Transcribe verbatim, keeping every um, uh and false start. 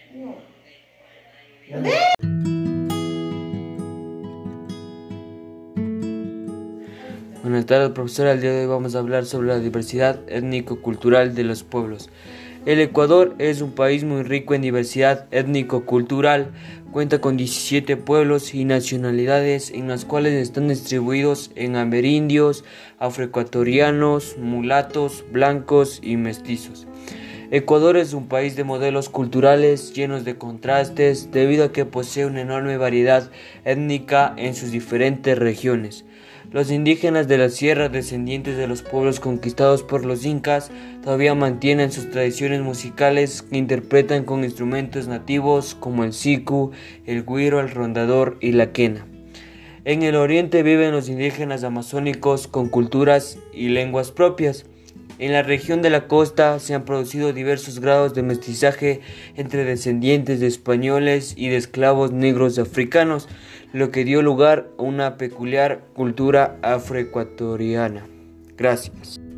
Buenas tardes, profesora. El día de hoy vamos a hablar sobre la diversidad étnico-cultural de los pueblos. El Ecuador es un país muy rico en diversidad étnico-cultural. Cuenta con diecisiete pueblos y nacionalidades, en las cuales están distribuidos en amerindios, afroecuatorianos, mulatos, blancos y mestizos. Ecuador es un país de modelos culturales llenos de contrastes, debido a que posee una enorme variedad étnica en sus diferentes regiones. Los indígenas de la sierra, descendientes de los pueblos conquistados por los incas, todavía mantienen sus tradiciones musicales que interpretan con instrumentos nativos como el siku, el güiro, el rondador y la quena. En el oriente viven los indígenas amazónicos con culturas y lenguas propias. En la región de la costa se han producido diversos grados de mestizaje entre descendientes de españoles y de esclavos negros africanos, lo que dio lugar a una peculiar cultura afroecuatoriana. Gracias.